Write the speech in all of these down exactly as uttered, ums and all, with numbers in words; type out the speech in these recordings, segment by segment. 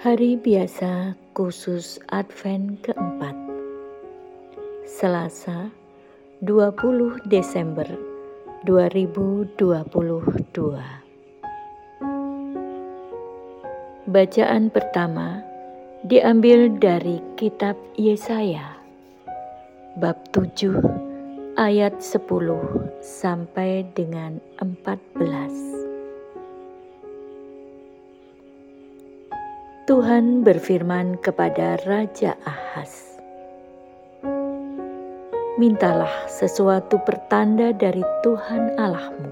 Hari biasa khusus Advent keempat, Selasa dua puluh Desember dua ribu dua puluh dua. Bacaan pertama diambil dari kitab Yesaya, bab tujuh ayat sepuluh sampai dengan empat belas. Tuhan berfirman kepada Raja Ahaz, "Mintalah sesuatu pertanda dari Tuhan Allahmu.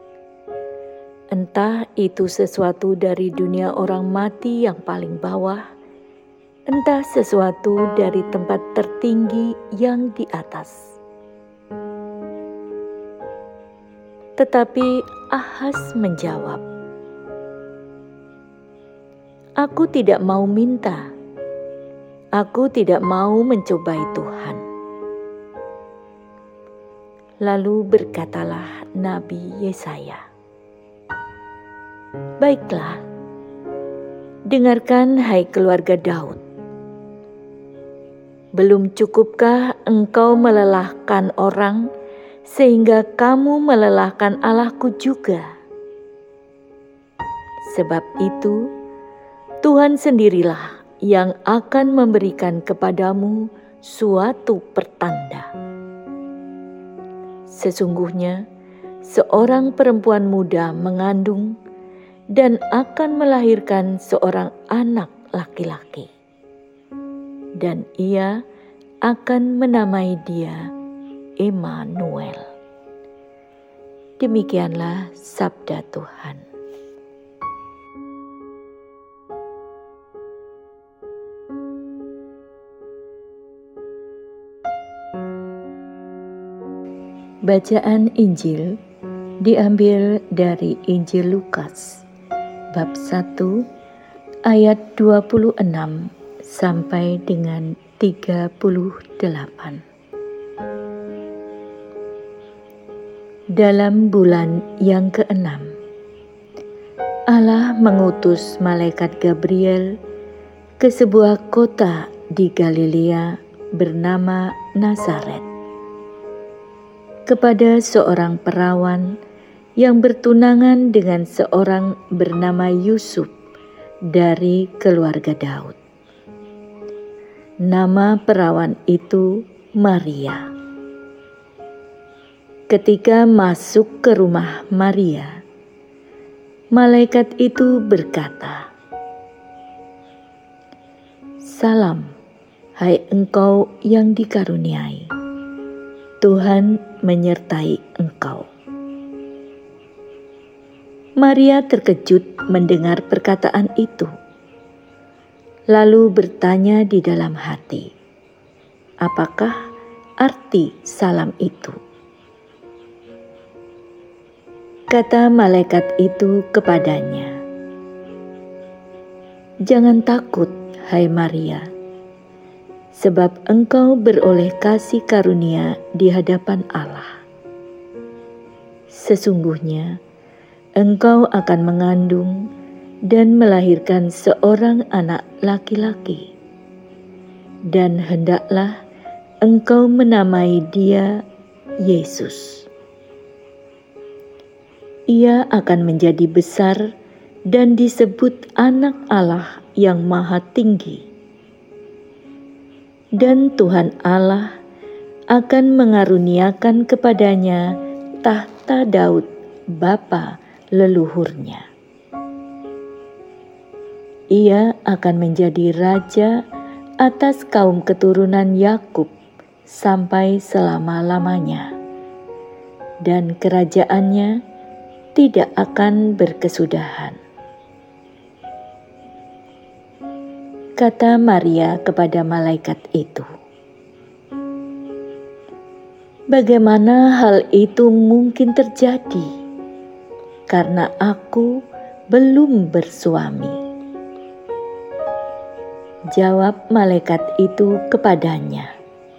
Entah itu sesuatu dari dunia orang mati yang paling bawah, entah sesuatu dari tempat tertinggi yang di atas." Tetapi Ahaz menjawab, "Aku tidak mau minta, aku tidak mau mencobai Tuhan." Lalu berkatalah Nabi Yesaya, "Baiklah, dengarkan hai keluarga Daud. Belum cukupkah engkau melelahkan orang sehingga kamu melelahkan Allahku juga? Sebab itu, Tuhan sendirilah yang akan memberikan kepadamu suatu pertanda. Sesungguhnya seorang perempuan muda mengandung dan akan melahirkan seorang anak laki-laki, dan ia akan menamai dia Immanuel." Demikianlah sabda Tuhan. Bacaan Injil diambil dari Injil Lukas, bab satu ayat dua puluh enam sampai dengan tiga puluh delapan. Dalam bulan yang keenam, Allah mengutus malaikat Gabriel ke sebuah kota di Galilea bernama Nazaret, kepada seorang perawan yang bertunangan dengan seorang bernama Yusuf dari keluarga Daud. Nama perawan itu Maria. Ketika masuk ke rumah Maria, malaikat itu berkata, "Salam, hai engkau yang dikaruniai, Tuhan menyertai engkau." Maria terkejut mendengar perkataan itu, lalu bertanya di dalam hati, apakah arti salam itu? Kata malaikat itu kepadanya, "Jangan takut, hai Maria, sebab engkau beroleh kasih karunia di hadapan Allah. Sesungguhnya engkau akan mengandung dan melahirkan seorang anak laki-laki, dan hendaklah engkau menamai dia Yesus. Ia akan menjadi besar dan disebut Anak Allah yang Maha Tinggi. Dan Tuhan Allah akan mengaruniakan kepadanya tahta Daud bapa leluhurnya. Ia akan menjadi raja atas kaum keturunan Yakub sampai selama-lamanya, dan kerajaannya tidak akan berkesudahan." Kata Maria kepada malaikat itu, "Bagaimana hal itu mungkin terjadi? Karena aku belum bersuami." Jawab malaikat itu kepadanya,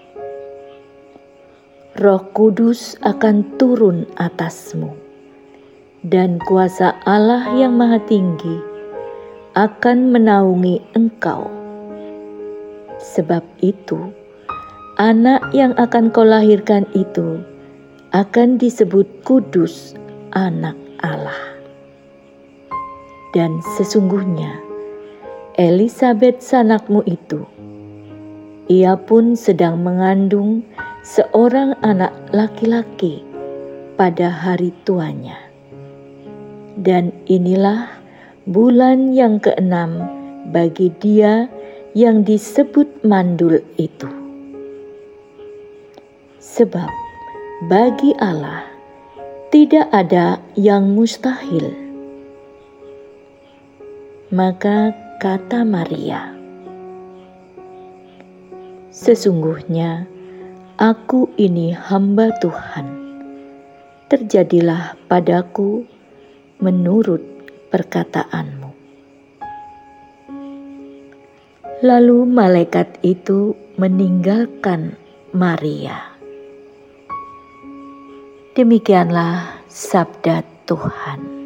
"Roh Kudus akan turun atasmu, dan kuasa Allah yang Maha Tinggi akan menaungi engkau. Sebab itu, anak yang akan kau lahirkan itu akan disebut kudus, anak Allah. Dan sesungguhnya, Elisabet sanakmu itu, ia pun sedang mengandung seorang anak laki-laki pada hari tuanya. Dan inilah bulan yang keenam bagi dia yang disebut mandul itu. Sebab bagi Allah tidak ada yang mustahil. Maka kata Maria, "Sesungguhnya aku ini hamba Tuhan, terjadilah padaku menurut perkataanmu." Lalu malaikat itu meninggalkan Maria. Demikianlah sabda Tuhan.